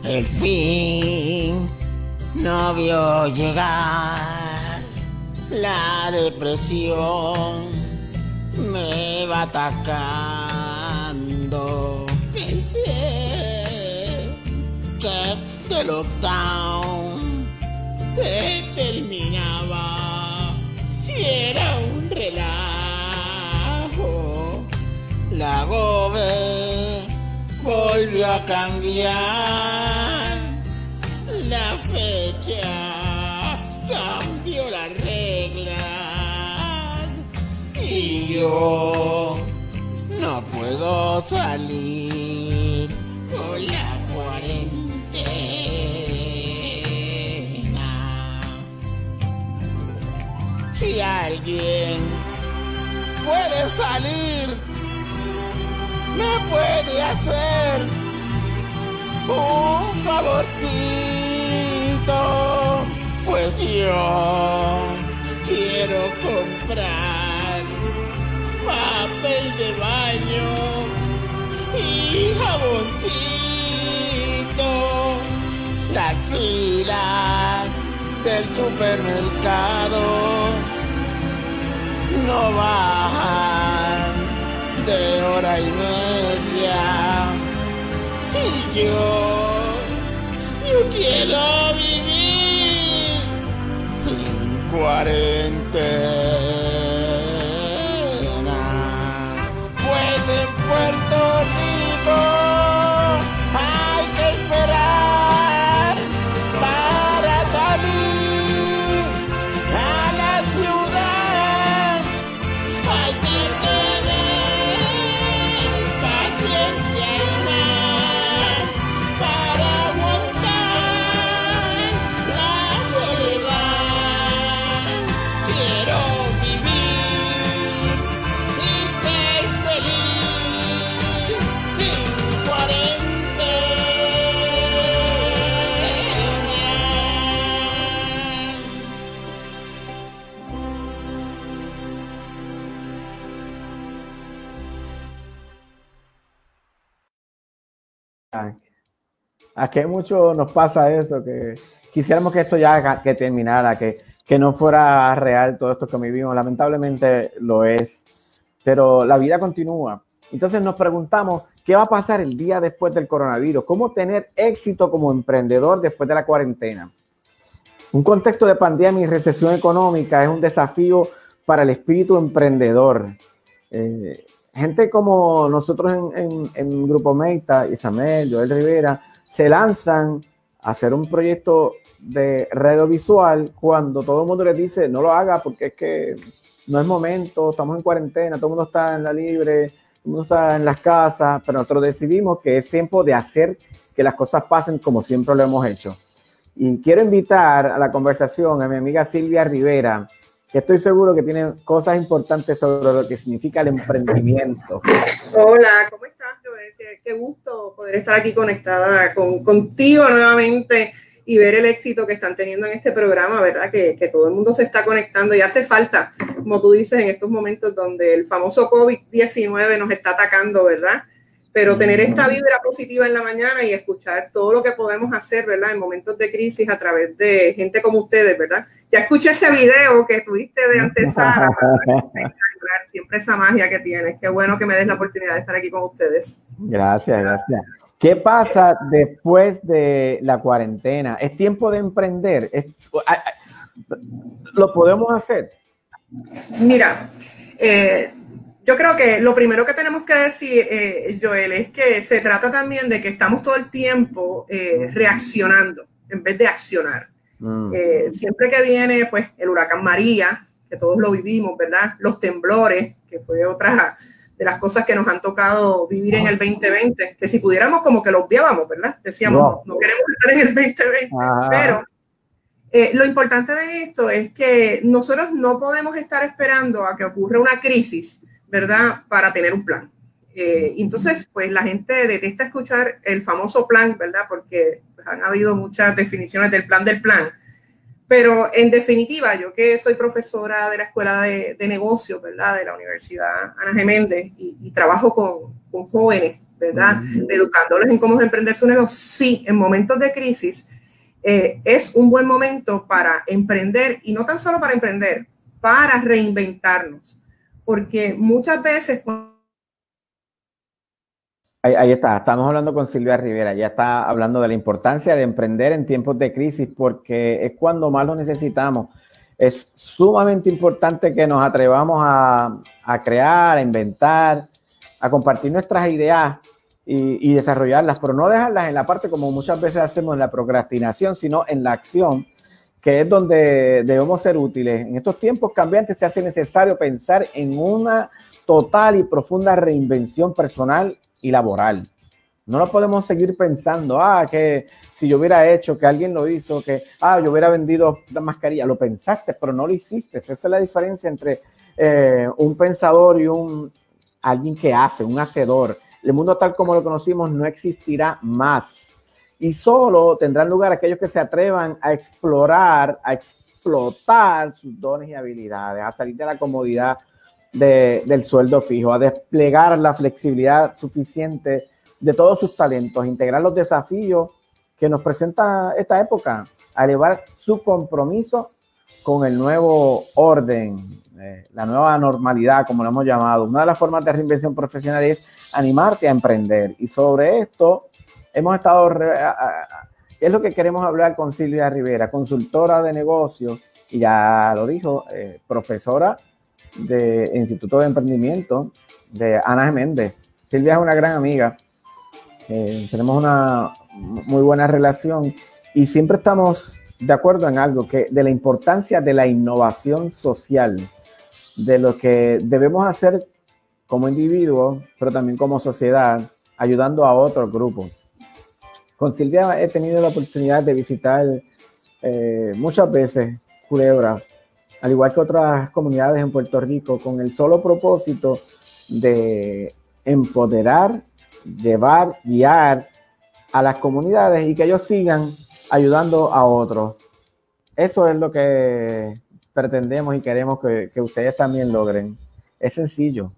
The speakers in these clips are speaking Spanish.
El fin no vio llegar, la depresión me va atacando. Pensé que este lockdown se terminaba y era un relajo. La gobe volvió a cambiar, la fecha cambió las reglas y yo no puedo salir con la cuarentena. Si alguien puede salir, me puede hacer un favorcito, pues yo quiero comprar papel de baño y jaboncito. Las filas del supermercado no bajan de hora y media y yo quiero vivir sin cuarentena, pues en Puerto Rico hay que esperar para salir a la ciudad. Hay que para aguantar la soledad. Quiero vivir y ser feliz sin cuarentena. A que mucho nos pasa eso, que quisiéramos que esto ya que terminara, que no fuera real todo esto que vivimos. Lamentablemente lo es, pero la vida continúa. Entonces nos preguntamos, ¿qué va a pasar el día después del coronavirus? ¿Cómo tener éxito como emprendedor después de la cuarentena? Un contexto de pandemia y recesión económica es un desafío para el espíritu emprendedor. Gente como nosotros en Grupo Meita, Isabel, Joel Rivera, se lanzan a hacer un proyecto de red visual cuando todo el mundo les dice no lo haga porque es que no es momento, estamos en cuarentena, todo el mundo está en la libre, todo el mundo está en las casas, pero nosotros decidimos que es tiempo de hacer que las cosas pasen como siempre lo hemos hecho. Y quiero invitar a la conversación a mi amiga Silvia Rivera, que estoy seguro que tiene cosas importantes sobre lo que significa el emprendimiento. Hola, ¿cómo estás, Joel? Qué gusto poder estar aquí conectada contigo nuevamente y ver el éxito que están teniendo en este programa, ¿verdad? Que todo el mundo se está conectando y hace falta, como tú dices, en estos momentos donde el famoso COVID-19 nos está atacando, ¿verdad? Pero tener esta vibra positiva en la mañana y escuchar todo lo que podemos hacer, ¿verdad? En momentos de crisis a través de gente como ustedes, ¿verdad? Ya escuché ese video que tuviste de antesala, siempre esa magia que tienes. Qué bueno que me des la oportunidad de estar aquí con ustedes. Gracias, gracias. ¿Qué pasa después de la cuarentena? ¿Es tiempo de emprender? ¿Lo podemos hacer? Mira, yo creo que lo primero que tenemos que decir, Joel, es que se trata también de que estamos todo el tiempo reaccionando en vez de accionar. Siempre que viene pues el huracán María, que todos lo vivimos, ¿verdad? Los temblores, que fue otra de las cosas que nos han tocado vivir en el 2020, que si pudiéramos como que lo obviábamos, ¿verdad? Decíamos, no queremos estar en el 2020, pero lo importante de esto es que nosotros no podemos estar esperando a que ocurra una crisis, ¿verdad? Para tener un plan. Entonces, pues la gente detesta escuchar el famoso plan, ¿verdad? Porque pues, han habido muchas definiciones del plan, Pero en definitiva, yo que soy profesora de la Escuela de Negocios, ¿verdad? De la Universidad Ana G. Méndez y trabajo con jóvenes, ¿verdad? Educándoles en cómo emprender su negocio. Sí, en momentos de crisis es un buen momento para emprender, y no tan solo para emprender, para reinventarnos. Porque muchas veces... Ahí está, estamos hablando con Silvia Rivera, ya está hablando de la importancia de emprender en tiempos de crisis, porque es cuando más lo necesitamos. Es sumamente importante que nos atrevamos a crear, a inventar, a compartir nuestras ideas y desarrollarlas, pero no dejarlas en la parte como muchas veces hacemos en la procrastinación, sino en la acción, que es donde debemos ser útiles. En estos tiempos cambiantes se hace necesario pensar en una total y profunda reinvención personal y laboral. No lo podemos seguir pensando, que si yo hubiera hecho, que alguien lo hizo, que yo hubiera vendido la mascarilla. Lo pensaste, pero no lo hiciste. Esa es la diferencia entre un pensador y alguien que hace, un hacedor. El mundo tal como lo conocimos no existirá más. Y solo tendrán lugar aquellos que se atrevan a explorar, a explotar sus dones y habilidades, a salir de la comodidad del sueldo fijo, a desplegar la flexibilidad suficiente de todos sus talentos, integrar los desafíos que nos presenta esta época, a elevar su compromiso con el nuevo orden, la nueva normalidad, como lo hemos llamado. Una de las formas de reinvención profesional es animarte a emprender, y sobre esto hemos estado, es lo que queremos hablar con Silvia Rivera, consultora de negocios, y ya lo dijo, profesora del Instituto de Emprendimiento de Ana G. Méndez. Silvia es una gran amiga, tenemos una muy buena relación y siempre estamos de acuerdo en algo, que de la importancia de la innovación social, de lo que debemos hacer como individuos, pero también como sociedad, ayudando a otros grupos. Con Silvia he tenido la oportunidad de visitar muchas veces Culebra, al igual que otras comunidades en Puerto Rico, con el solo propósito de empoderar, llevar, guiar a las comunidades y que ellos sigan ayudando a otros. Eso es lo que pretendemos y queremos que ustedes también logren. Es sencillo.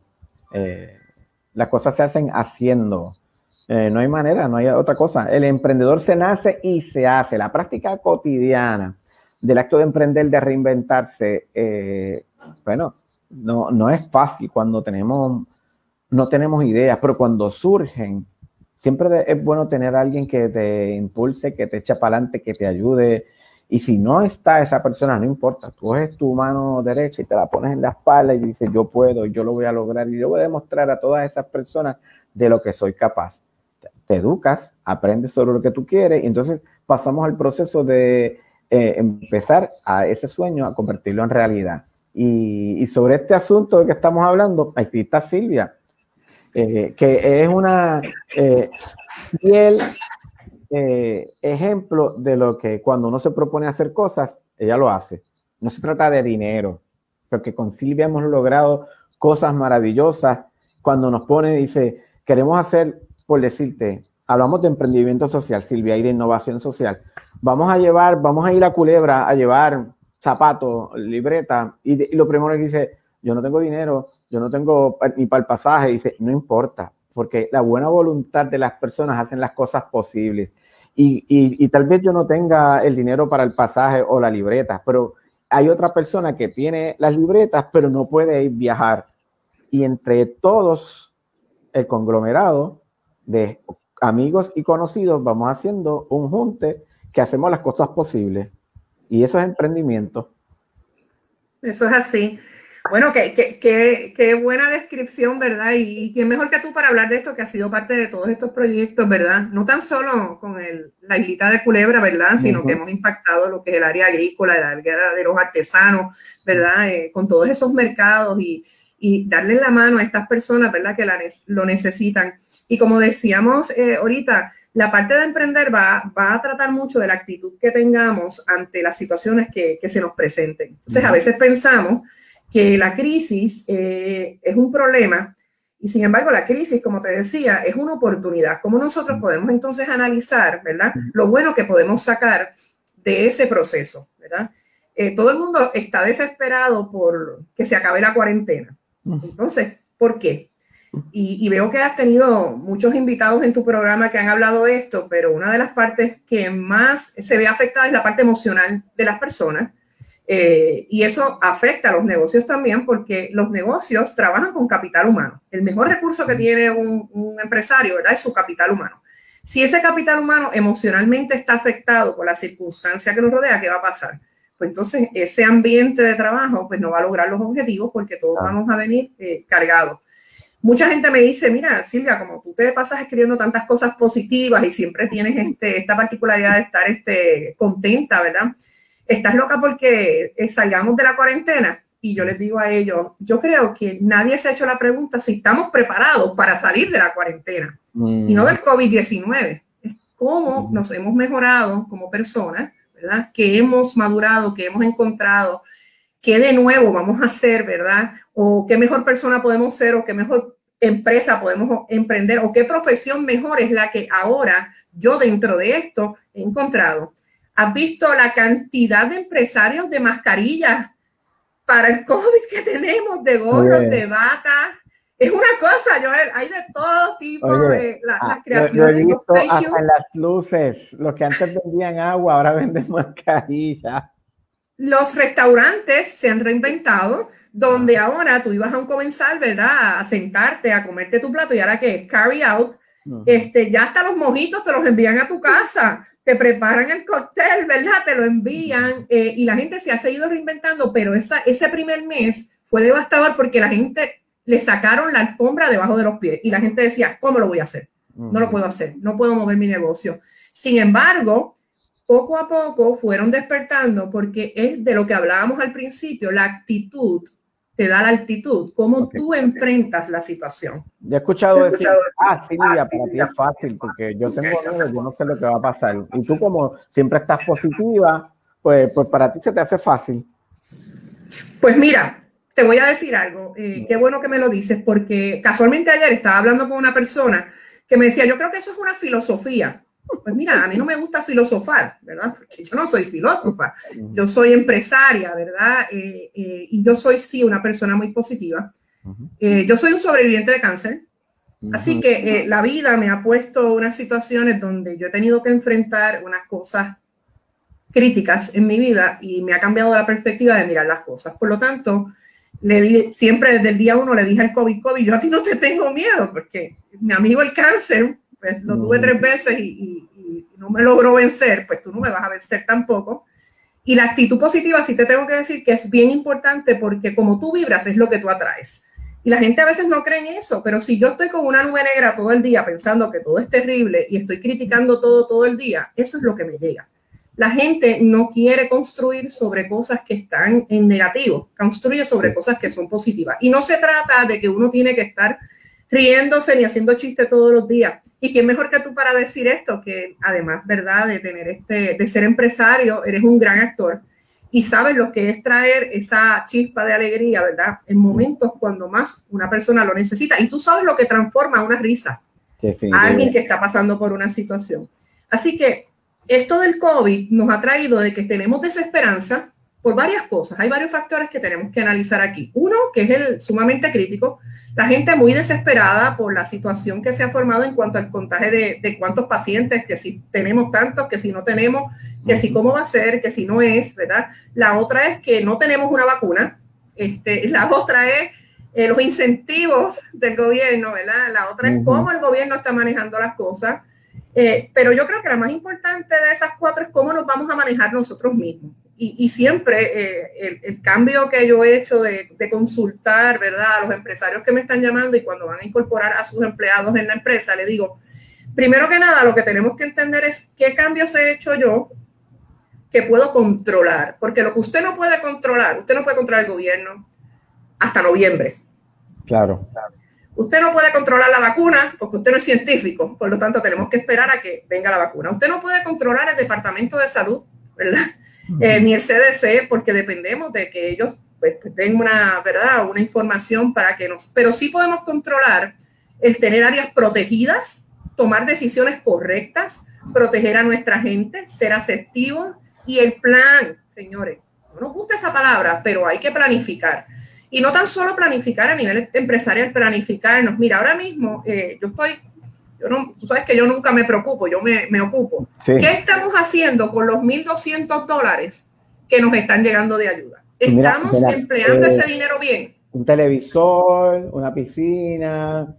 Las cosas se hacen haciendo. No hay manera, no hay otra cosa. El emprendedor se nace y se hace. La práctica cotidiana del acto de emprender, de reinventarse, bueno, no es fácil cuando no tenemos ideas, pero cuando surgen, siempre es bueno tener a alguien que te impulse, que te eche para adelante, que te ayude. Y si no está esa persona, no importa, tú coges tu mano derecha y te la pones en la espalda y dices, yo puedo, yo lo voy a lograr y yo voy a demostrar a todas esas personas de lo que soy capaz. Te educas, aprendes sobre lo que tú quieres y entonces pasamos al proceso de empezar a ese sueño a convertirlo en realidad. Y sobre este asunto de que estamos hablando, aquí está Silvia, que es una fiel ejemplo de lo que cuando uno se propone hacer cosas, ella lo hace. No se trata de dinero, porque con Silvia hemos logrado cosas maravillosas. Cuando nos pone, dice, queremos hacer, por decirte, hablamos de emprendimiento social, Silvia, y de innovación social. Vamos a ir a Culebra a llevar zapatos, libreta, y lo primero que dice, yo no tengo dinero, yo no tengo ni para el pasaje, dice, no importa, porque la buena voluntad de las personas hacen las cosas posibles. Y tal vez yo no tenga el dinero para el pasaje o la libreta, pero hay otra persona que tiene las libretas, pero no puede ir viajar. Y entre todos, el conglomerado de amigos y conocidos, vamos haciendo un junte que hacemos las cosas posibles. Y eso es emprendimiento. Eso es así. Bueno, qué buena descripción, ¿verdad? Y quién mejor que tú para hablar de esto, que ha sido parte de todos estos proyectos, ¿verdad? No tan solo con la islita de Culebra, ¿verdad? Sino que hemos impactado lo que es el área agrícola, el área de los artesanos, ¿verdad? Con todos esos mercados y darle la mano a estas personas, ¿verdad? Que lo necesitan. Y como decíamos ahorita, la parte de emprender va a tratar mucho de la actitud que tengamos ante las situaciones que se nos presenten. Entonces, a veces pensamos que la crisis es un problema y sin embargo la crisis, como te decía, es una oportunidad. ¿Cómo nosotros podemos entonces analizar, ¿verdad? Lo bueno que podemos sacar de ese proceso, ¿verdad? Todo el mundo está desesperado por que se acabe la cuarentena. Entonces, ¿por qué? Y veo que has tenido muchos invitados en tu programa que han hablado de esto, pero una de las partes que más se ve afectada es la parte emocional de las personas. Y eso afecta a los negocios también, porque los negocios trabajan con capital humano. El mejor recurso que tiene un empresario, ¿verdad?, es su capital humano. Si ese capital humano emocionalmente está afectado por la circunstancia que nos rodea, ¿qué va a pasar? Pues entonces ese ambiente de trabajo pues no va a lograr los objetivos, porque todos vamos a venir cargados. Mucha gente me dice, mira, Silvia, como tú te pasas escribiendo tantas cosas positivas y siempre tienes esta particularidad de estar contenta, ¿verdad? ¿Estás loca porque salgamos de la cuarentena? Y yo les digo a ellos, yo creo que nadie se ha hecho la pregunta si estamos preparados para salir de la cuarentena y no del COVID-19. Es cómo nos hemos mejorado como personas, ¿verdad? Que hemos madurado, que hemos encontrado, qué de nuevo vamos a hacer, ¿verdad? O qué mejor persona podemos ser, o qué mejor empresa podemos emprender, o qué profesión mejor es la que ahora yo dentro de esto he encontrado. ¿Has visto la cantidad de empresarios de mascarillas para el COVID que tenemos, de gorros, de batas? Es una cosa, Joel, hay de todo tipo, las creaciones. Lo he visto hasta en las luces, los que antes vendían agua, ahora venden mascarillas. Los restaurantes se han reinventado, donde ahora tú ibas a un comensal, ¿verdad?, a sentarte, a comerte tu plato, y ahora que es carry out, ya hasta los mojitos te los envían a tu casa, te preparan el cóctel, ¿verdad?, te lo envían, y la gente se ha seguido reinventando, pero ese primer mes fue devastador porque la gente le sacaron la alfombra debajo de los pies y la gente decía, ¿cómo lo voy a hacer? No lo puedo hacer, no puedo mover mi negocio. Sin embargo, poco a poco fueron despertando, porque es de lo que hablábamos al principio, la actitud te da la altitud, cómo tú enfrentas la situación. Yo he escuchado decir, Silvia, para ti es fácil, porque yo tengo miedo, yo no sé lo que va a pasar. Y tú, como siempre estás positiva, pues para ti se te hace fácil. Pues mira, te voy a decir algo, qué bueno que me lo dices, porque casualmente ayer estaba hablando con una persona que me decía, yo creo que eso es una filosofía. Pues mira, a mí no me gusta filosofar, ¿verdad? Porque yo no soy filósofa, yo soy empresaria, ¿verdad? Y yo soy, sí, una persona muy positiva. Yo soy un sobreviviente de cáncer, así que la vida me ha puesto unas situaciones donde yo he tenido que enfrentar unas cosas críticas en mi vida y me ha cambiado la perspectiva de mirar las cosas. Por lo tanto, siempre desde el día 1 le dije al COVID, yo a ti no te tengo miedo, porque mi amigo el cáncer, pues lo tuve 3 veces y no me logró vencer, pues tú no me vas a vencer tampoco. Y la actitud positiva, sí te tengo que decir que es bien importante, porque como tú vibras es lo que tú atraes. Y la gente a veces no cree en eso, pero si yo estoy con una nube negra todo el día pensando que todo es terrible y estoy criticando todo el día, eso es lo que me llega. La gente no quiere construir sobre cosas que están en negativo, construye sobre cosas que son positivas. Y no se trata de que uno tiene que estar riéndose ni haciendo chistes todos los días. ¿Y quién mejor que tú para decir esto? Que además, ¿verdad?, de tener de ser empresario, eres un gran actor y sabes lo que es traer esa chispa de alegría, ¿verdad?, en momentos cuando más una persona lo necesita. Y tú sabes lo que transforma una risa a alguien que está pasando por una situación. Así que esto del COVID nos ha traído de que tenemos desesperanza por varias cosas. Hay varios factores que tenemos que analizar aquí. Uno, que es el sumamente crítico, la gente muy desesperada por la situación que se ha formado en cuanto al contagio de cuántos pacientes, que si tenemos tantos, que si no tenemos, que si cómo va a ser, que si no es, ¿verdad? La otra es que no tenemos una vacuna. La otra es los incentivos del gobierno, ¿verdad? La otra es cómo el gobierno está manejando las cosas. Pero yo creo que la más importante de esas 4 es cómo nos vamos a manejar nosotros mismos. Y siempre el cambio que yo he hecho de consultar, ¿verdad?, a los empresarios que me están llamando y cuando van a incorporar a sus empleados en la empresa, le digo, primero que nada, lo que tenemos que entender es qué cambios he hecho yo que puedo controlar. Porque lo que usted no puede controlar el gobierno hasta noviembre. Claro. Usted no puede controlar la vacuna porque usted no es científico, por lo tanto tenemos que esperar a que venga la vacuna. Usted no puede controlar el Departamento de Salud, ¿verdad? Ni el CDC, porque dependemos de que ellos pues, den una información para que nos... Pero sí podemos controlar el tener áreas protegidas, tomar decisiones correctas, proteger a nuestra gente, ser asertivos y el plan señores. No nos gusta esa palabra, pero hay que planificar. Y no tan solo planificar a nivel empresarial, planificarnos. Mira, ahora mismo tú sabes que yo nunca me preocupo, yo me ocupo. Sí. ¿Qué estamos haciendo con los $1,200 que nos están llegando de ayuda? ¿Estamos empleando ese dinero bien? Un televisor, una piscina.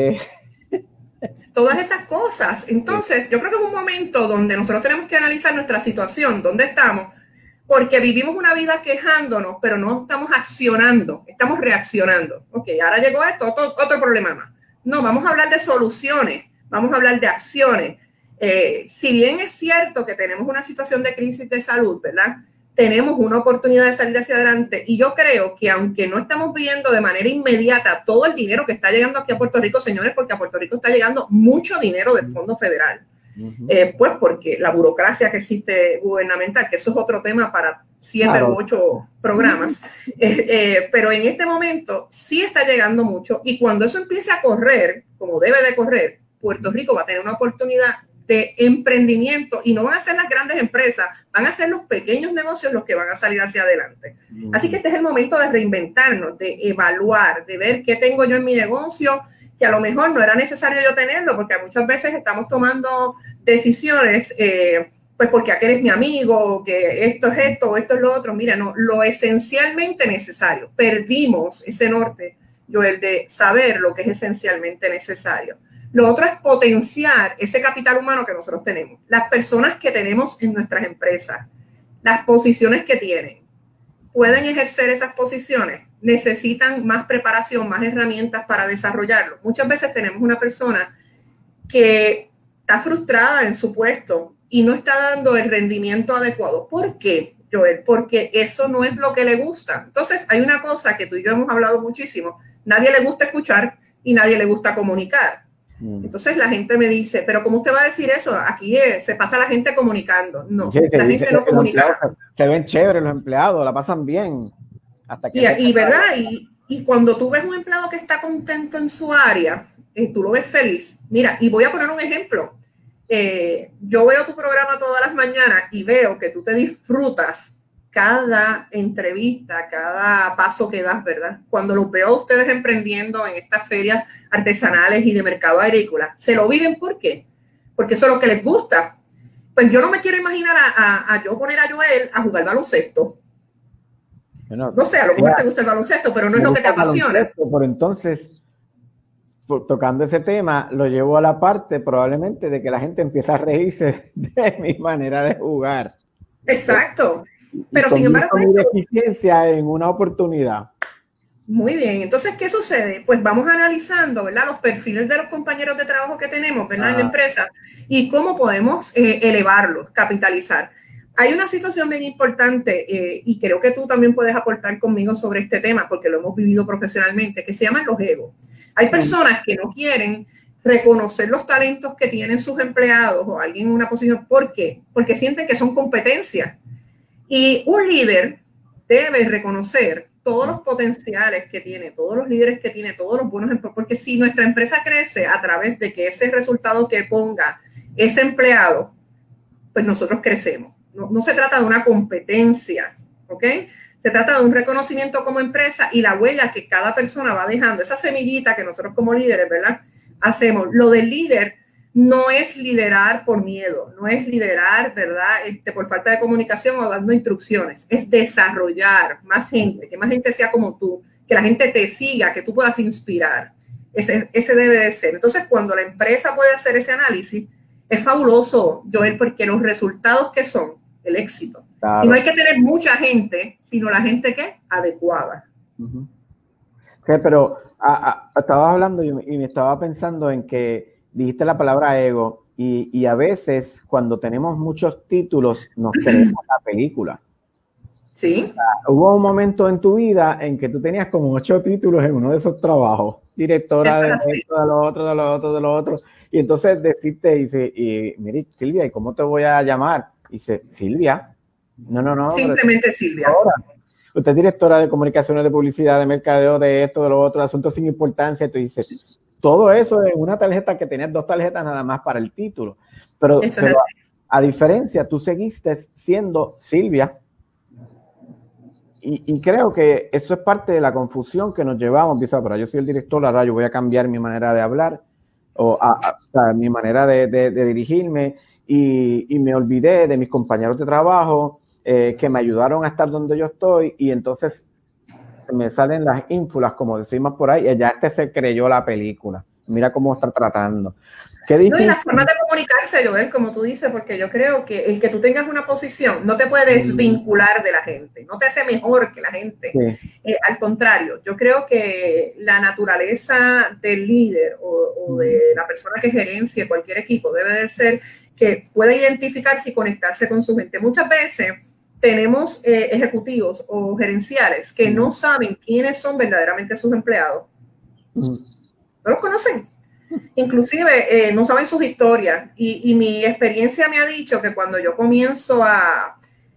Todas esas cosas. Entonces, yo creo que es un momento donde nosotros tenemos que analizar nuestra situación, dónde estamos, porque vivimos una vida quejándonos, pero no estamos accionando, estamos reaccionando. Ok, ahora llegó esto, otro problema más. No, vamos a hablar de soluciones, vamos a hablar de acciones. Si bien es cierto que tenemos una situación de crisis de salud, ¿verdad? Tenemos una oportunidad de salir hacia adelante y yo creo que aunque no estamos viendo de manera inmediata todo el dinero que está llegando aquí a Puerto Rico, señores, porque a Puerto Rico está llegando mucho dinero del Fondo Federal, pues porque la burocracia que existe gubernamental, que eso es otro tema para 7 u 8 programas, pero en este momento sí está llegando mucho y cuando eso empiece a correr, como debe de correr, Puerto Rico va a tener una oportunidad de emprendimiento y no van a ser las grandes empresas, van a ser los pequeños negocios los que van a salir hacia adelante. Así que este es el momento de reinventarnos, de evaluar, de ver qué tengo yo en mi negocio, que a lo mejor no era necesario yo tenerlo, porque muchas veces estamos tomando decisiones, pues porque aquel es mi amigo, que esto es esto, o esto es lo otro. Mira, no, lo esencialmente necesario. Perdimos ese norte, Joel, de saber lo que es esencialmente necesario. Lo otro es potenciar ese capital humano que nosotros tenemos. Las personas que tenemos en nuestras empresas, las posiciones que tienen, pueden ejercer esas posiciones, necesitan más preparación, más herramientas para desarrollarlo. Muchas veces tenemos una persona que está frustrada en su puesto y no está dando el rendimiento adecuado. ¿Por qué, Joel? Porque eso no es lo que le gusta. Entonces, hay una cosa que tú y yo hemos hablado muchísimo. Nadie le gusta escuchar y nadie le gusta comunicar. Entonces la gente me dice, pero ¿cómo usted va a decir eso? Aquí se pasa la gente comunicando. No, sí, la gente no comunica. Se ven chéveres los empleados, la pasan bien. Hasta que ¿verdad? Y cuando tú ves un empleado que está contento en su área, tú lo ves feliz. Mira, y voy a poner un ejemplo. Yo veo tu programa todas las mañanas y veo que tú te disfrutas cada entrevista, cada paso que das, ¿verdad? Cuando los veo a ustedes emprendiendo en estas ferias artesanales y de mercado agrícola, se lo viven. ¿Por qué? Porque eso es lo que les gusta. Pues yo no me quiero imaginar a yo poner a Joel a jugar baloncesto. No sé, a lo mejor te gusta el baloncesto, pero no es lo que te apasiona. Por entonces, tocando ese tema, lo llevo a la parte probablemente de que la gente empieza a reírse de mi manera de jugar. Exacto. Pero sin embargo, mi deficiencia en una oportunidad. Muy bien. Entonces, ¿qué sucede? Pues vamos analizando, ¿verdad? Los perfiles de los compañeros de trabajo que tenemos, ¿verdad? En la empresa y cómo podemos elevarlos, capitalizar. Hay una situación bien importante y creo que tú también puedes aportar conmigo sobre este tema porque lo hemos vivido profesionalmente, que se llaman los egos. Hay personas que no quieren reconocer los talentos que tienen sus empleados o alguien en una posición. ¿Por qué? Porque sienten que son competencias. Y un líder debe reconocer todos los potenciales que tiene, todos los líderes que tiene, todos los buenos empleados, porque si nuestra empresa crece a través de que ese resultado que ponga ese empleado, pues nosotros crecemos. No se trata de una competencia, ¿ok? Se trata de un reconocimiento como empresa y la huella que cada persona va dejando, esa semillita que nosotros como líderes, ¿verdad? Hacemos. Lo del líder no es liderar por miedo, no es liderar, ¿verdad? Por falta de comunicación o dando instrucciones, es desarrollar más gente, que más gente sea como tú, que la gente te siga, que tú puedas inspirar. Ese debe de ser. Entonces, cuando la empresa puede hacer ese análisis, es fabuloso, Joel, porque los resultados que son el éxito. Claro. Y no hay que tener mucha gente, sino la gente que adecuada. Okay, pero estabas hablando y me estaba pensando en que dijiste la palabra ego y a veces cuando tenemos muchos títulos nos creemos la película. Sí. O sea, hubo un momento en tu vida en que tú tenías como 8 títulos en uno de esos trabajos. Directora de esto, de lo otro, de lo otro, de lo otro. Y entonces decirte, dice, mire, Silvia, ¿y cómo te voy a llamar? Y dice, Silvia. No. Simplemente Silvia. Usted es directora de comunicaciones, de publicidad, de mercadeo, de esto, de lo otro, de asuntos sin importancia. Tú dices, todo eso en una tarjeta que tenías 2 tarjetas nada más para el título. Pero a diferencia, tú seguiste siendo Silvia y creo que eso es parte de la confusión que nos llevamos. Quizá, pero yo soy el director, ahora yo voy a cambiar mi manera de hablar o mi manera de dirigirme y me olvidé de mis compañeros de trabajo que me ayudaron a estar donde yo estoy y entonces me salen las ínfulas, como decimos por ahí, y ya se creyó la película. Mira cómo está tratando. Qué no, y la forma de comunicarse, Joel, como tú dices, porque yo creo que el que tú tengas una posición no te puede desvincular de la gente, no te hace mejor que la gente. Sí. Al contrario, yo creo que la naturaleza del líder o de la persona que gerencia cualquier equipo debe de ser que pueda identificarse y conectarse con su gente. Muchas veces tenemos ejecutivos o gerenciales que no saben quiénes son verdaderamente sus empleados. No los conocen. Inclusive no saben sus historias y mi experiencia me ha dicho que cuando yo comienzo a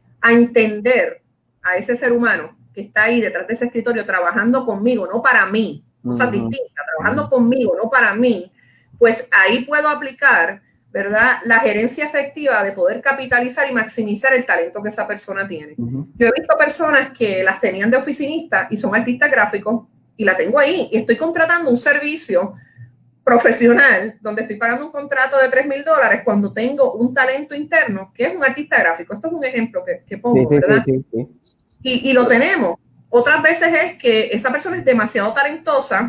entender a ese ser humano que está ahí detrás de ese escritorio trabajando conmigo, no para mí, cosas distintas, trabajando conmigo, no para mí, pues ahí puedo aplicar, ¿verdad?, la gerencia efectiva de poder capitalizar y maximizar el talento que esa persona tiene. Yo he visto personas que las tenían de oficinista y son artistas gráficos y la tengo ahí y estoy contratando un servicio profesional donde estoy pagando un contrato de $3,000 cuando tengo un talento interno que es un artista gráfico. Esto es un ejemplo que pongo, ¿verdad? Sí. Y lo tenemos. Otras veces es que esa persona es demasiado talentosa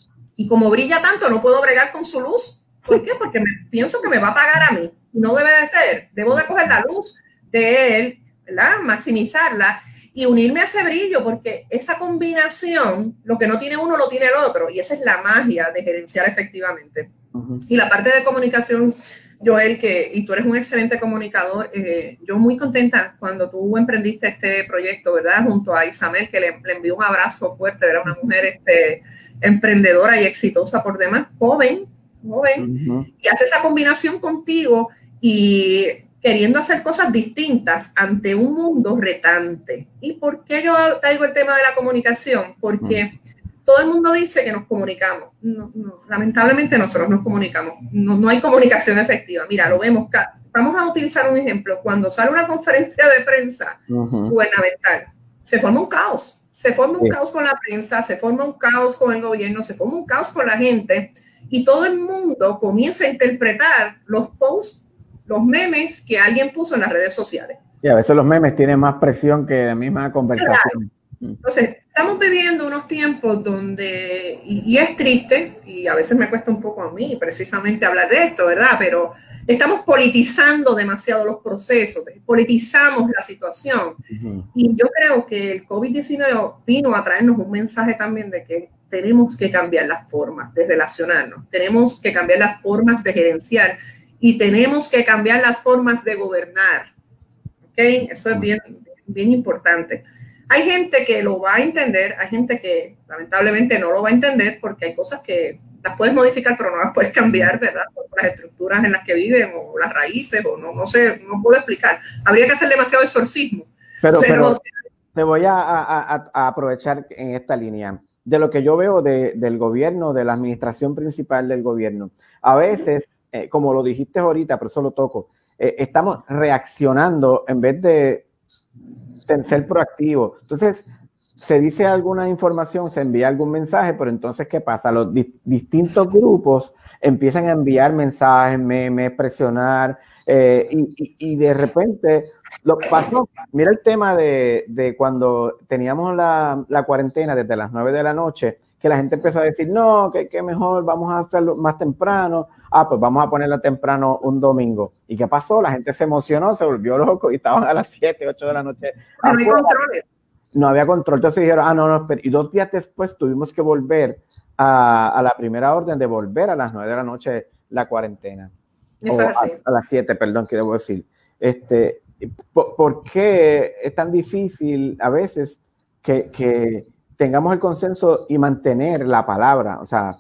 y como brilla tanto no puedo bregar con su luz. ¿Por qué? Porque pienso que me va a pagar a mí. No debe de ser. Debo de coger la luz de él, ¿verdad?, maximizarla y unirme a ese brillo, porque esa combinación, lo que no tiene uno, lo tiene el otro, y esa es la magia de gerenciar efectivamente. Y la parte de comunicación, Joel, y tú eres un excelente comunicador, yo muy contenta cuando tú emprendiste este proyecto, ¿verdad?, junto a Isamel, que le envío un abrazo fuerte, era una mujer emprendedora y exitosa por demás, joven, y hace esa combinación contigo y queriendo hacer cosas distintas ante un mundo retante. ¿Y por qué yo traigo el tema de la comunicación? Porque todo el mundo dice que nos comunicamos. No, lamentablemente nosotros nos comunicamos. No hay comunicación efectiva. Mira, lo vemos. Vamos a utilizar un ejemplo. Cuando sale una conferencia de prensa gubernamental, se forma un caos. Se forma un caos con la prensa, se forma un caos con el gobierno, se forma un caos con la gente y todo el mundo comienza a interpretar los posts, los memes que alguien puso en las redes sociales. Y a veces los memes tienen más presión que la misma conversación. Claro. Entonces, estamos viviendo unos tiempos donde, y es triste, y a veces me cuesta un poco a mí precisamente hablar de esto, ¿verdad? Pero estamos politizando demasiado los procesos, politizamos la situación. Y yo creo que el COVID-19 vino a traernos un mensaje también de que tenemos que cambiar las formas de relacionarnos, tenemos que cambiar las formas de gerenciar, y tenemos que cambiar las formas de gobernar. ¿Ok? Eso es bien importante. Hay gente que lo va a entender, hay gente que lamentablemente no lo va a entender porque hay cosas que las puedes modificar pero no las puedes cambiar, ¿verdad? Por las estructuras en las que viven o las raíces o no sé, no puedo explicar. Habría que hacer demasiado exorcismo. Pero te voy a aprovechar en esta línea de lo que yo veo del gobierno, de la administración principal del gobierno. A veces, como lo dijiste ahorita, pero eso lo toco, estamos reaccionando en vez de ser proactivos. Entonces, se dice alguna información, se envía algún mensaje, pero entonces, ¿qué pasa? Los distintos grupos empiezan a enviar mensajes, memes, presionar, y de repente lo pasó. Mira el tema de cuando teníamos la cuarentena desde las 9 de la noche, que la gente empezó a decir, no, que mejor vamos a hacerlo más temprano. Pues vamos a ponerla temprano un domingo. ¿Y qué pasó? La gente se emocionó, se volvió loco y estaban a las 7, 8 de la noche. No hay controles. No había control. Entonces dijeron, no, espera. Y 2 días después tuvimos que volver a la primera orden de volver a las 9 de la noche la cuarentena. Eso es así. A las 7, perdón, que debo decir. ¿Por qué es tan difícil a veces que tengamos el consenso y mantener la palabra? O sea,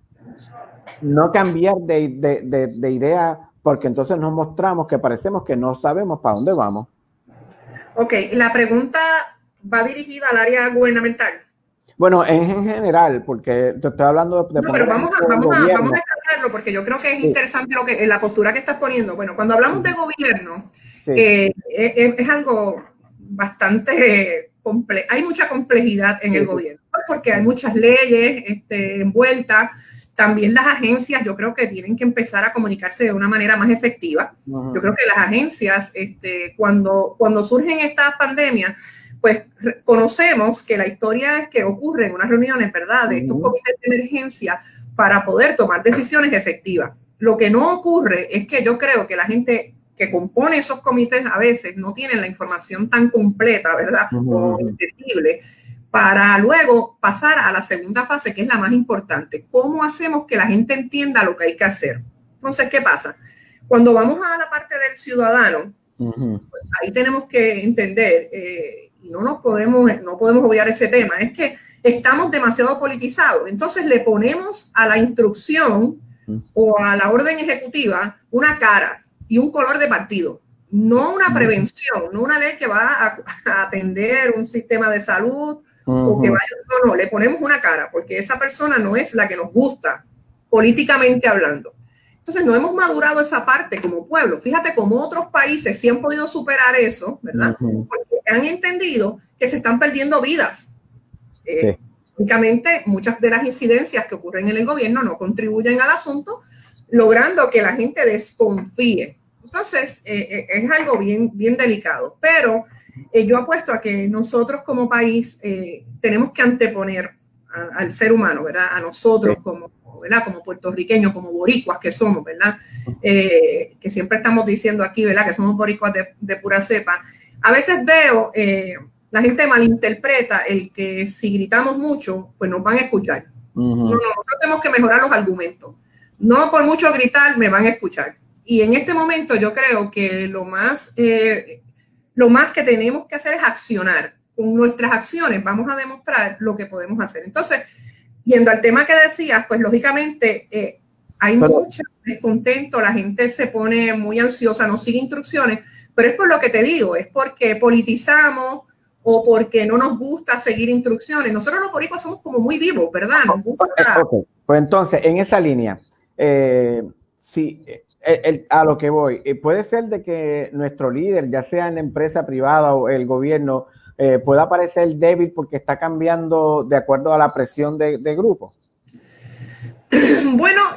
no cambiar de idea, porque entonces nos mostramos que parecemos que no sabemos para dónde vamos. Ok, la pregunta va dirigida al área gubernamental. Bueno, en general, porque te estoy hablando de... No, pero vamos a explicarlo, porque yo creo que es interesante la postura que estás poniendo. Bueno, cuando hablamos de gobierno, es algo bastante hay mucha complejidad en el gobierno, porque hay muchas leyes envueltas. También las agencias, yo creo que tienen que empezar a comunicarse de una manera más efectiva. Yo creo que las agencias, cuando surgen estas pandemias, pues conocemos que la historia es que ocurren unas reuniones, ¿verdad?, de estos comités de emergencia para poder tomar decisiones efectivas. Lo que no ocurre es que yo creo que la gente que compone esos comités a veces no tienen la información tan completa, ¿verdad?, o entendible, para luego pasar a la segunda fase, que es la más importante. ¿Cómo hacemos que la gente entienda lo que hay que hacer? Entonces, ¿qué pasa? Cuando vamos a la parte del ciudadano, pues ahí tenemos que entender, y no podemos obviar ese tema, es que estamos demasiado politizados. Entonces le ponemos a la instrucción o a la orden ejecutiva una cara y un color de partido, no una prevención, no una ley que va a atender un sistema de salud, o que vaya, no, le ponemos una cara, porque esa persona no es la que nos gusta, políticamente hablando. Entonces no hemos madurado esa parte como pueblo. Fíjate cómo otros países sí han podido superar eso, ¿verdad? Porque han entendido que se están perdiendo vidas. Únicamente muchas de las incidencias que ocurren en el gobierno no contribuyen al asunto, logrando que la gente desconfíe. Entonces es algo bien delicado, pero yo apuesto a que nosotros como país tenemos que anteponer al ser humano, ¿verdad? A nosotros como puertorriqueños, como boricuas que somos, ¿verdad? Que siempre estamos diciendo aquí, ¿verdad?, que somos boricuas de pura cepa. A veces veo, la gente malinterpreta el que si gritamos mucho, pues nos van a escuchar. No, nosotros tenemos que mejorar los argumentos. No por mucho gritar me van a escuchar. Y en este momento yo creo que lo más que tenemos que hacer es accionar. Con nuestras acciones vamos a demostrar lo que podemos hacer. Entonces, yendo al tema que decías, pues lógicamente hay mucho descontento, la gente se pone muy ansiosa, no sigue instrucciones, pero es por lo que te digo, es porque politizamos o porque no nos gusta seguir instrucciones. Nosotros los boricuas somos como muy vivos, ¿verdad? Nos gusta. Pues entonces, en esa línea, sí, a lo que voy, puede ser de que nuestro líder, ya sea en la empresa privada o el gobierno, pueda parecer débil porque está cambiando de acuerdo a la presión de grupo. Bueno,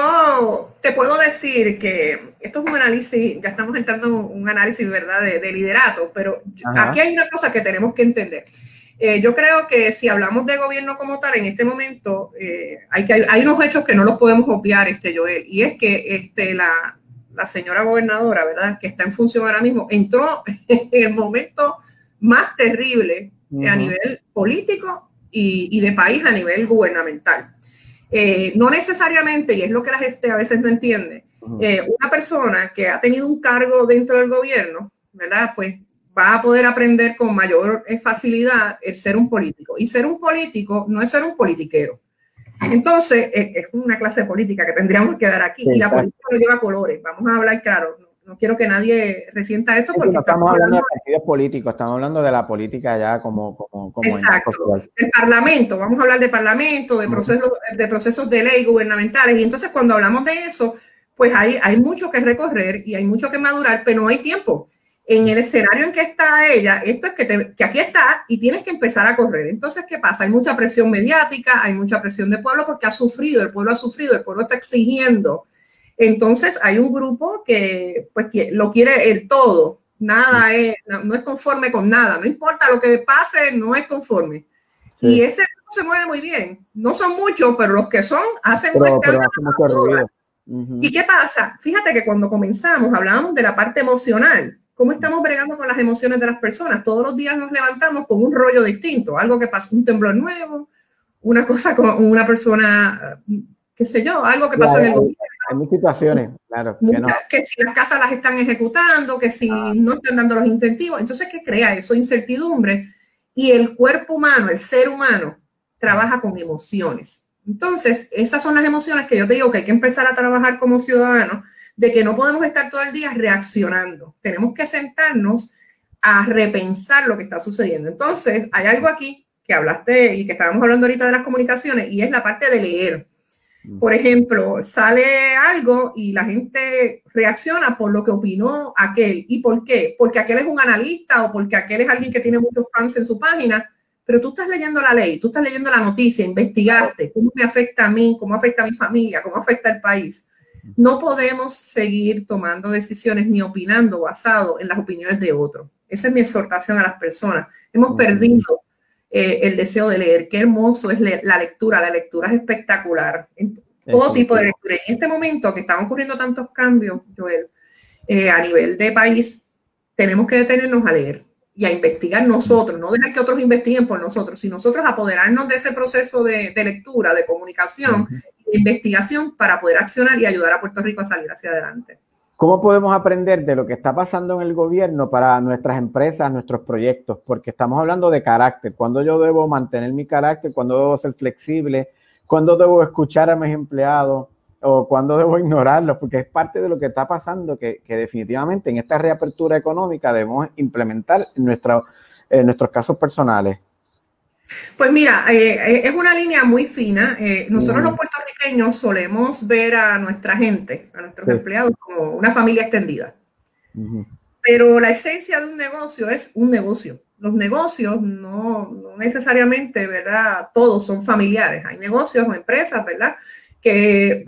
yo te puedo decir que esto es un análisis, ya estamos entrando en un análisis, ¿verdad?, de liderato, pero aquí hay una cosa que tenemos que entender. Yo creo que si hablamos de gobierno como tal, en este momento hay unos hechos que no los podemos obviar, Joel, y es que la señora gobernadora, ¿verdad?, que está en función ahora mismo, entró en el momento más terrible a nivel político y de país a nivel gubernamental. No necesariamente, y es lo que la gente a veces no entiende, una persona que ha tenido un cargo dentro del gobierno, ¿verdad?, pues va a poder aprender con mayor facilidad el ser un político. Y ser un político no es ser un politiquero. Entonces, es una clase de política que tendríamos que dar aquí. Sí, y la política no lleva colores. Vamos a hablar claro. No quiero que nadie resienta esto. Porque no estamos hablando de partidos políticos, estamos hablando de la política ya como exacto. El parlamento. Vamos a hablar de parlamento, de procesos de ley gubernamentales. Y entonces, cuando hablamos de eso, pues hay mucho que recorrer y hay mucho que madurar, pero no hay tiempo. En el escenario en que está ella, esto es que aquí está y tienes que empezar a correr. Entonces, ¿qué pasa? Hay mucha presión mediática, hay mucha presión del pueblo porque el pueblo está exigiendo. Entonces, hay un grupo que lo quiere el todo. Nada no es conforme con nada. No importa lo que pase, no es conforme. Sí. Y ese grupo se mueve muy bien. No son muchos, pero los que son hacen un escándalo. ¿Y qué pasa? Fíjate que cuando comenzamos hablábamos de la parte emocional. ¿Cómo estamos bregando con las emociones de las personas? Todos los días nos levantamos con un rollo distinto, algo que pasó, un temblor nuevo, una cosa con una persona, qué sé yo, algo que pasó en el gobierno. Hay muchas situaciones, claro. Que si las casas las están ejecutando, que si no están dando los incentivos. Entonces, ¿qué crea eso? Incertidumbre. Y el cuerpo humano, el ser humano, trabaja con emociones. Entonces, esas son las emociones que yo te digo que hay que empezar a trabajar como ciudadanos, de que no podemos estar todo el día reaccionando. Tenemos que sentarnos a repensar lo que está sucediendo. Entonces, hay algo aquí que hablaste y que estábamos hablando ahorita de las comunicaciones y es la parte de leer. Por ejemplo, sale algo y la gente reacciona por lo que opinó aquel. ¿Y por qué? Porque aquel es un analista o porque aquel es alguien que tiene muchos fans en su página, pero tú estás leyendo la ley, tú estás leyendo la noticia, investigaste cómo me afecta a mí, cómo afecta a mi familia, cómo afecta al país. No podemos seguir tomando decisiones ni opinando basado en las opiniones de otros. Esa es mi exhortación a las personas. Hemos perdido el deseo de leer. Qué hermoso es la lectura. La lectura es espectacular. Todo tipo de lectura. En este momento que están ocurriendo tantos cambios, Joel, a nivel de país, tenemos que detenernos a leer y a investigar nosotros, no dejar que otros investiguen por nosotros, sino nosotros apoderarnos de ese proceso de lectura, de comunicación, de investigación para poder accionar y ayudar a Puerto Rico a salir hacia adelante. ¿Cómo podemos aprender de lo que está pasando en el gobierno para nuestras empresas, nuestros proyectos? Porque estamos hablando de carácter. ¿Cuándo yo debo mantener mi carácter? ¿Cuándo debo ser flexible? ¿Cuándo debo escuchar a mis empleados? ¿O cuándo debo ignorarlos? Porque es parte de lo que está pasando, que definitivamente en esta reapertura económica debemos implementar en nuestros casos personales. Pues mira, es una línea muy fina. Nosotros los puertorriqueños solemos ver a nuestra gente, a nuestros empleados, como una familia extendida. Pero la esencia de un negocio es un negocio. Los negocios no necesariamente, ¿verdad? Todos son familiares. Hay negocios o empresas, ¿verdad? Que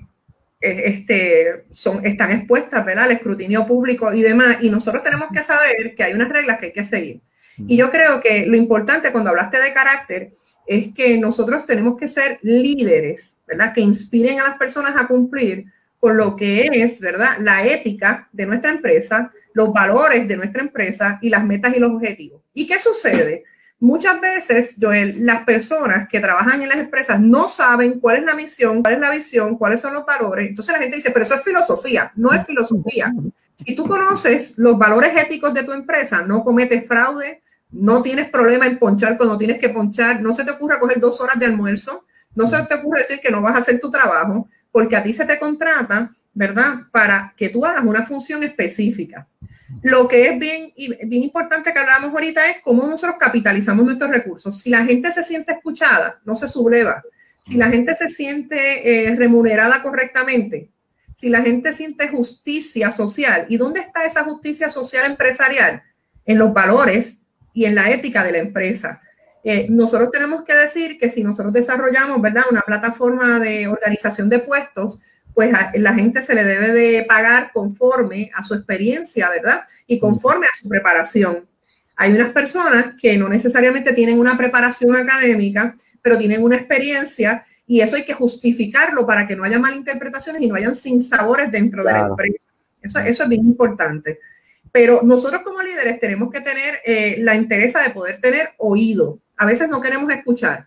están expuestas, ¿verdad? Al escrutinio público y demás. Y nosotros tenemos que saber que hay unas reglas que hay que seguir. Y yo creo que lo importante cuando hablaste de carácter es que nosotros tenemos que ser líderes, ¿verdad? Que inspiren a las personas a cumplir con lo que es, ¿verdad? La ética de nuestra empresa, los valores de nuestra empresa y las metas y los objetivos. ¿Y qué sucede? Muchas veces, Joel, las personas que trabajan en las empresas no saben cuál es la misión, cuál es la visión, cuáles son los valores. Entonces la gente dice, pero eso es filosofía. No es filosofía. Si tú conoces los valores éticos de tu empresa, no cometes fraude, no tienes problema en ponchar cuando tienes que ponchar, no se te ocurra coger 2 horas de almuerzo, no se te ocurre decir que no vas a hacer tu trabajo, porque a ti se te contrata, ¿verdad? Para que tú hagas una función específica. Lo que es bien importante que hablamos ahorita es cómo nosotros capitalizamos nuestros recursos. Si la gente se siente escuchada, no se subleva. Si la gente se siente remunerada correctamente, si la gente siente justicia social. ¿Y dónde está esa justicia social empresarial? En los valores y en la ética de la empresa. Nosotros tenemos que decir que si nosotros desarrollamos, ¿verdad?, una plataforma de organización de puestos, pues a la gente se le debe de pagar conforme a su experiencia, ¿verdad? Y conforme a su preparación. Hay unas personas que no necesariamente tienen una preparación académica, pero tienen una experiencia y eso hay que justificarlo para que no haya malinterpretaciones y no hayan sinsabores dentro de la empresa. Eso es bien importante. Pero nosotros como líderes tenemos que tener la entereza de poder tener oído. A veces no queremos escuchar.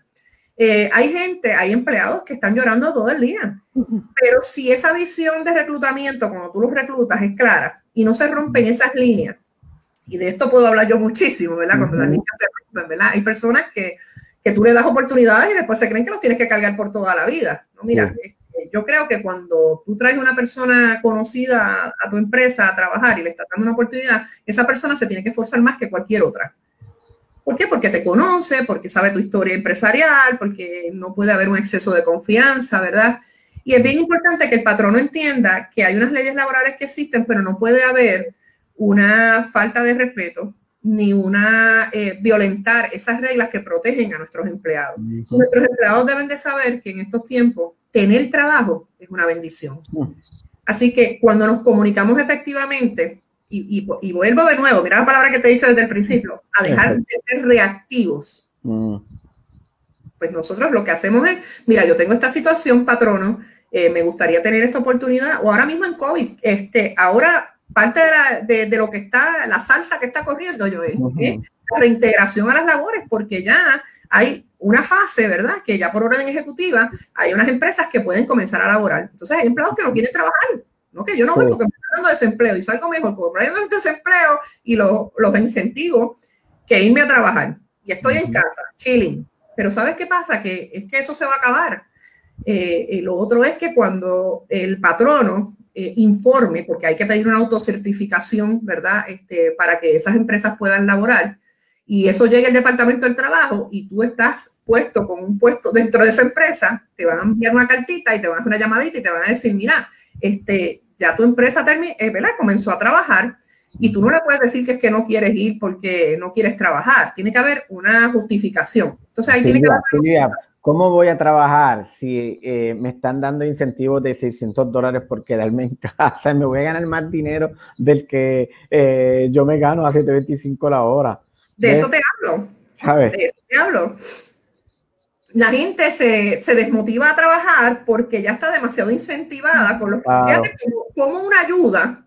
Hay empleados que están llorando todo el día. Pero si esa visión de reclutamiento, cuando tú los reclutas, es clara y no se rompen esas líneas, y de esto puedo hablar yo muchísimo, ¿verdad? Cuando las líneas se rompen, ¿verdad? Hay personas que tú le das oportunidades y después se creen que los tienes que cargar por toda la vida. No, mira, yo creo que cuando tú traes una persona conocida a tu empresa a trabajar y le estás dando una oportunidad, esa persona se tiene que esforzar más que cualquier otra. ¿Por qué? Porque te conoce, porque sabe tu historia empresarial, porque no puede haber un exceso de confianza, ¿verdad? Y es bien importante que el patrono entienda que hay unas leyes laborales que existen, pero no puede haber una falta de respeto ni una violentar esas reglas que protegen a nuestros empleados. Nuestros empleados deben de saber que en estos tiempos tener trabajo es una bendición. Así que cuando nos comunicamos efectivamente, y vuelvo de nuevo, mira la palabra que te he dicho desde el principio, a dejar de ser reactivos. Pues nosotros lo que hacemos es, mira, yo tengo esta situación, patrono, me gustaría tener esta oportunidad, o ahora mismo en COVID, ahora parte de lo que está, la salsa que está corriendo, Joel, la reintegración a las labores, porque ya hay una fase, ¿verdad? Que ya por orden ejecutiva hay unas empresas que pueden comenzar a laborar. Entonces hay empleados que no quieren trabajar, ¿no? Que yo no voy porque me están dando desempleo y salgo mejor cobrando el desempleo y los incentivo que irme a trabajar. Y estoy en casa, chilling. Pero ¿sabes qué pasa? Que es que eso se va a acabar. Lo otro es que cuando el patrono informe, porque hay que pedir una autocertificación, ¿verdad? Para que esas empresas puedan laborar, y eso llega al Departamento del Trabajo y tú estás puesto con un puesto dentro de esa empresa, te van a enviar una cartita y te van a hacer una llamadita y te van a decir, mira, ya tu empresa ¿verdad? Comenzó a trabajar y tú no le puedes decir que es que no quieres ir porque no quieres trabajar. Tiene que haber una justificación. Entonces ahí tiene que haber... ¿Cómo voy a trabajar si me están dando incentivos de $600 por quedarme en casa? Me voy a ganar más dinero del que yo me gano a $7.25 la hora. De eso te hablo. ¿Sabes? De eso te hablo. La gente se desmotiva a trabajar porque ya está demasiado incentivada con los... Claro. Fíjate como una ayuda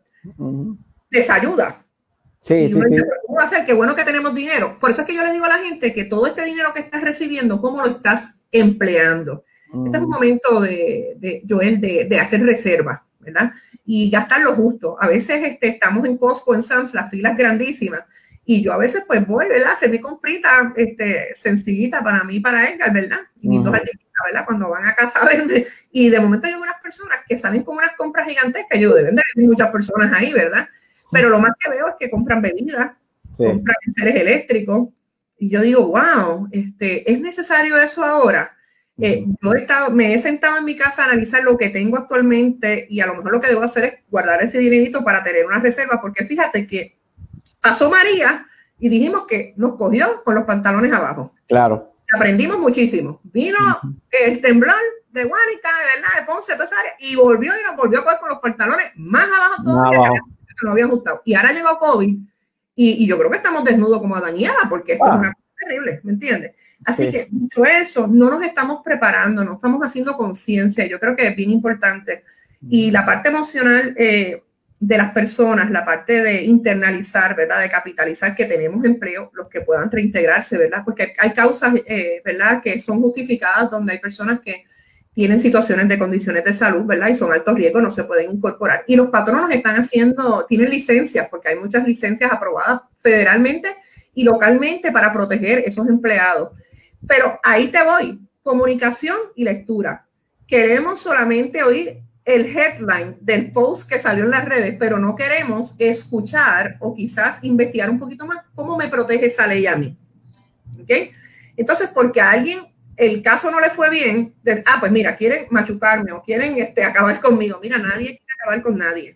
desayuda. Sí, y uno dice, sí. ¿cómo va a ser? Qué bueno que tenemos dinero. Por eso es que yo le digo a la gente que todo este dinero que estás recibiendo, ¿cómo lo estás empleando? Este es un momento Joel, de hacer reserva, ¿verdad? Y gastar lo justo. A veces estamos en Costco, en Sam's, las filas grandísimas. Y yo a veces pues voy, ¿verdad? A hacer mi comprita sencillita para mí y para Edgar, ¿verdad? Y mis dos artistas, ¿verdad? Cuando van a casa a verme. Y de momento hay unas personas que salen con unas compras gigantescas. Yo deben de haber muchas personas ahí, ¿verdad? Pero lo más que veo es que compran bebidas, compran enseres eléctricos. Y yo digo, wow, ¿es necesario eso ahora? Me he sentado en mi casa a analizar lo que tengo actualmente y a lo mejor lo que debo hacer es guardar ese dinerito para tener una reserva, porque fíjate que pasó María y dijimos que nos cogió con los pantalones abajo. Claro. Aprendimos muchísimo. Vino el temblor de Guánica, ¿verdad? De Ponce, toda esa área, y volvió y nos volvió a coger con los pantalones más abajo todavía que no habían ajustado. Y ahora llegó COVID y yo creo que estamos desnudos como Adán y Eva, porque esto es una cosa terrible, ¿me entiendes? Así que mucho eso, no nos estamos preparando, no estamos haciendo conciencia. Yo creo que es bien importante. Y la parte emocional de las personas, la parte de internalizar, ¿verdad? De capitalizar que tenemos empleo, los que puedan reintegrarse, ¿verdad? Porque hay causas, ¿verdad? Que son justificadas donde hay personas que tienen situaciones de condiciones de salud, ¿verdad? Y son altos riesgos, no se pueden incorporar. Y los patronos están tienen licencias, porque hay muchas licencias aprobadas federalmente y localmente para proteger esos empleados. Pero ahí te voy, comunicación y lectura. Queremos solamente oír el headline del post que salió en las redes, pero no queremos escuchar o quizás investigar un poquito más cómo me protege esa ley a mí. ¿Ok? Entonces, porque a alguien el caso no le fue bien, pues mira, quieren machucarme o quieren acabar conmigo. Mira, nadie quiere acabar con nadie.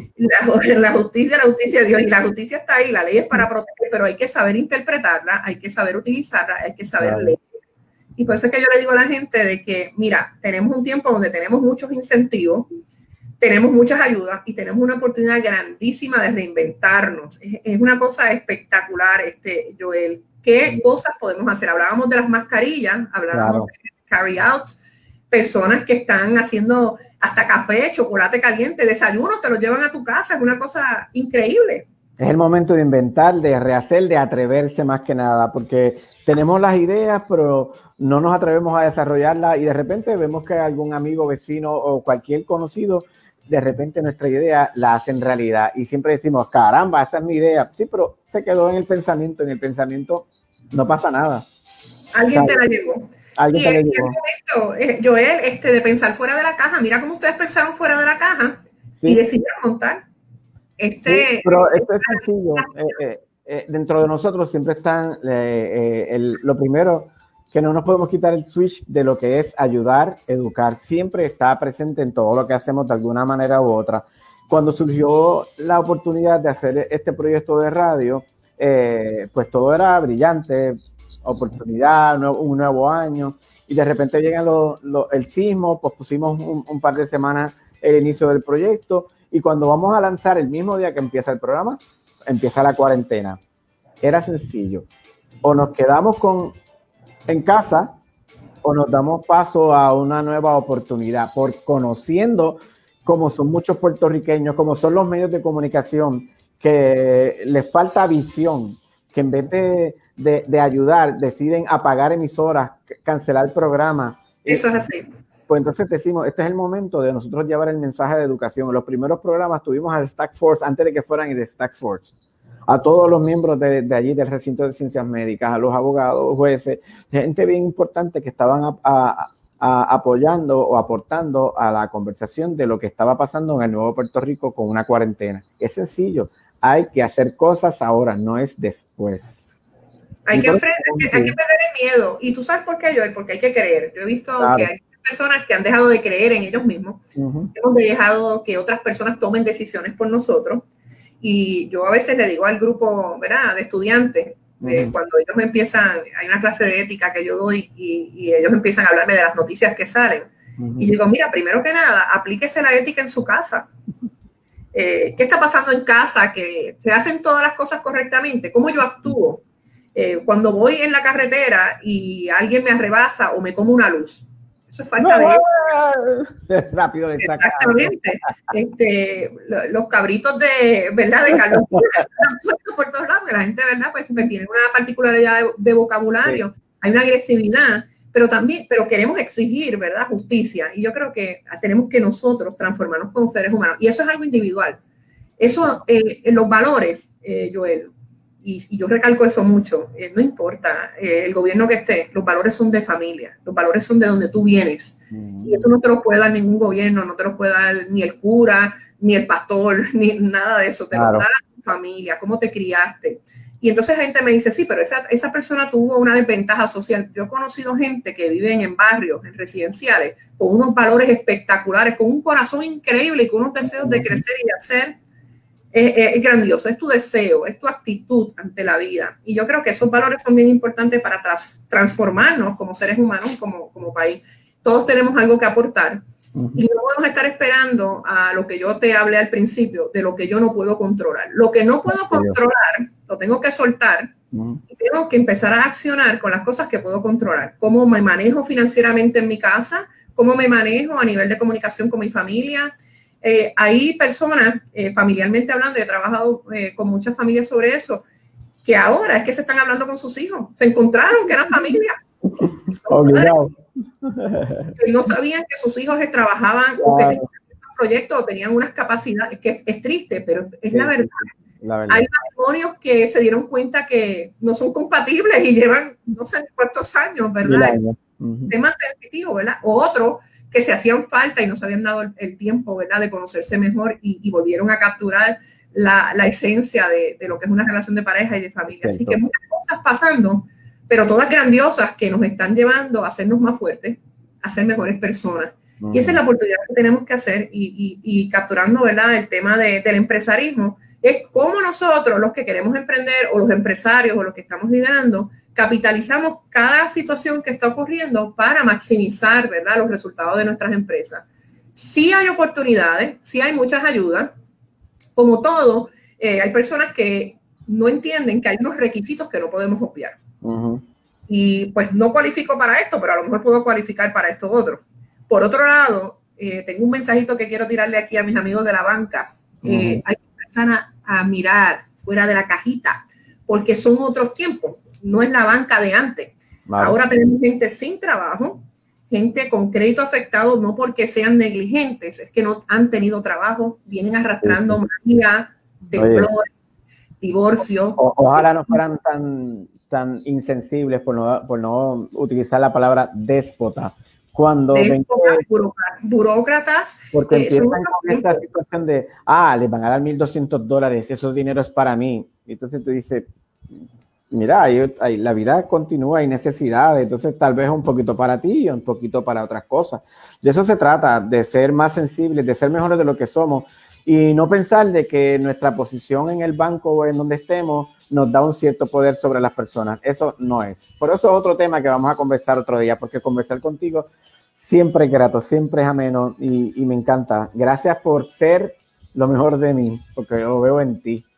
La justicia de Dios, y la justicia está ahí, la ley es para proteger, pero hay que saber interpretarla, hay que saber utilizarla, hay que saber leer. Y por eso es que yo le digo a la gente de que, mira, tenemos un tiempo donde tenemos muchos incentivos, tenemos muchas ayudas y tenemos una oportunidad grandísima de reinventarnos. Es una cosa espectacular, Joel. ¿Qué cosas podemos hacer? Hablábamos de las mascarillas, hablábamos de carry outs, personas que están haciendo hasta café, chocolate caliente, desayunos, te los llevan a tu casa, es una cosa increíble. Es el momento de inventar, de rehacer, de atreverse más que nada, porque tenemos las ideas, pero no nos atrevemos a desarrollarlas y de repente vemos que algún amigo, vecino o cualquier conocido, de repente nuestra idea la hace en realidad y siempre decimos, caramba, esa es mi idea. Sí, pero se quedó en el pensamiento no pasa nada. Alguien te la llevó. Alguien te la llevó. Momento, Joel, de pensar fuera de la caja, mira cómo ustedes pensaron fuera de la caja y decidieron montar. Sí, pero esto es sencillo. Dentro de nosotros siempre están lo primero, que no nos podemos quitar el switch de lo que es ayudar, educar. Siempre está presente en todo lo que hacemos de alguna manera u otra. Cuando surgió la oportunidad de hacer este proyecto de radio, pues todo era brillante, oportunidad, un nuevo año, y de repente llega el sismo, pues pusimos un par de semanas el inicio del proyecto, y cuando vamos a lanzar el mismo día que empieza el programa, empieza la cuarentena. Era sencillo. O nos quedamos en casa o nos damos paso a una nueva oportunidad, conociendo cómo son muchos puertorriqueños, cómo son los medios de comunicación, que les falta visión, que en vez de ayudar, deciden apagar emisoras, cancelar programas. Eso es así. Pues entonces decimos, este es el momento de nosotros llevar el mensaje de educación. En los primeros programas tuvimos al Stack Force, antes de que fueran el Stack Force, a todos los miembros de allí del recinto de ciencias médicas, a los abogados, jueces, gente bien importante que estaban apoyando o aportando a la conversación de lo que estaba pasando en el Nuevo Puerto Rico con una cuarentena. Es sencillo, hay que hacer cosas ahora, no es después. Hay que enfrentar, hay que perder el miedo. Y tú sabes por qué, Joel, porque hay que creer. Yo he visto que hay personas que han dejado de creer en ellos mismos. Hemos dejado que otras personas tomen decisiones por nosotros. Y yo a veces le digo al grupo, ¿verdad?, de estudiantes, cuando ellos empiezan, hay una clase de ética que yo doy y ellos empiezan a hablarme de las noticias que salen. Y digo, mira, primero que nada, aplíquese la ética en su casa. ¿Qué está pasando en casa? ¿Que se hacen todas las cosas correctamente? ¿Cómo yo actúo? Cuando voy en la carretera y alguien me arrebasa o me come una luz. Eso es falta de... Rápido le saca. Exactamente. Los cabritos de, ¿verdad?, de Carlos por todos lados, que la gente, ¿verdad?, pues tiene una particularidad de vocabulario, hay una agresividad, pero queremos exigir, ¿verdad?, justicia. Y yo creo que tenemos que nosotros transformarnos como seres humanos. Y eso es algo individual. Eso, los valores, Joel, y yo recalco eso mucho, no importa el gobierno que esté, los valores son de familia, los valores son de donde tú vienes. Y eso no te lo puede dar ningún gobierno, no te lo puede dar ni el cura, ni el pastor, ni nada de eso, te lo da tu familia, cómo te criaste. Y entonces la gente me dice, sí, pero esa persona tuvo una desventaja social. Yo he conocido gente que vive en barrios, en residenciales, con unos valores espectaculares, con un corazón increíble y con unos deseos de crecer y de hacer. Es grandioso, es tu deseo, es tu actitud ante la vida. Y yo creo que esos valores son bien importantes para transformarnos como seres humanos y como país. Todos tenemos algo que aportar. Y no podemos estar esperando a lo que yo te hablé al principio, de lo que yo no puedo controlar. Lo que no puedo controlar, lo tengo que soltar y tengo que empezar a accionar con las cosas que puedo controlar. Cómo me manejo financieramente en mi casa, cómo me manejo a nivel de comunicación con mi familia. Hay personas, familiarmente hablando, he trabajado con muchas familias sobre eso, que ahora es que se están hablando con sus hijos. Se encontraron que eran familia. Y no sabían que sus hijos trabajaban o que tenían un proyecto o tenían unas capacidades, que es triste, pero es la verdad. Hay matrimonios que se dieron cuenta que no son compatibles y llevan no sé cuántos años, ¿verdad? Temas sensitivos, ¿verdad? O otros que se hacían falta y no se habían dado el tiempo, ¿verdad?, de conocerse mejor y volvieron a capturar la esencia de lo que es una relación de pareja y de familia. Así que muchas cosas pasando, pero todas grandiosas que nos están llevando a hacernos más fuertes, a ser mejores personas. Y esa es la oportunidad que tenemos que hacer y capturando, ¿verdad?, el tema del empresarismo, es cómo nosotros, los que queremos emprender o los empresarios o los que estamos liderando, capitalizamos cada situación que está ocurriendo para maximizar, ¿verdad?, los resultados de nuestras empresas. Sí hay oportunidades, sí hay muchas ayudas. Como todo, hay personas que no entienden que hay unos requisitos que no podemos obviar. Y pues no cualifico para esto, pero a lo mejor puedo cualificar para esto otro. Por otro lado, tengo un mensajito que quiero tirarle aquí a mis amigos de la banca. Hay que empezar a mirar fuera de la cajita, porque son otros tiempos. No es la banca de antes. Ahora tenemos gente sin trabajo, gente con crédito afectado, no porque sean negligentes, es que no han tenido trabajo, vienen arrastrando magia, temblores, divorcio. Ojalá no fueran tan insensibles, por no utilizar la palabra déspota. Cuando burócratas, porque empiezan con esta situación de, les van a dar $1,200, esos dinero es para mí. Entonces tú dices, mira, la vida continúa, hay necesidades, entonces tal vez un poquito para ti y un poquito para otras cosas. De eso se trata, de ser más sensibles, de ser mejores de lo que somos y no pensar de que nuestra posición en el banco o en donde estemos nos da un cierto poder sobre las personas. Eso no es. Por eso es otro tema que vamos a conversar otro día, porque conversar contigo siempre es grato, siempre es ameno y me encanta. Gracias por ser lo mejor de mí, porque lo veo en ti.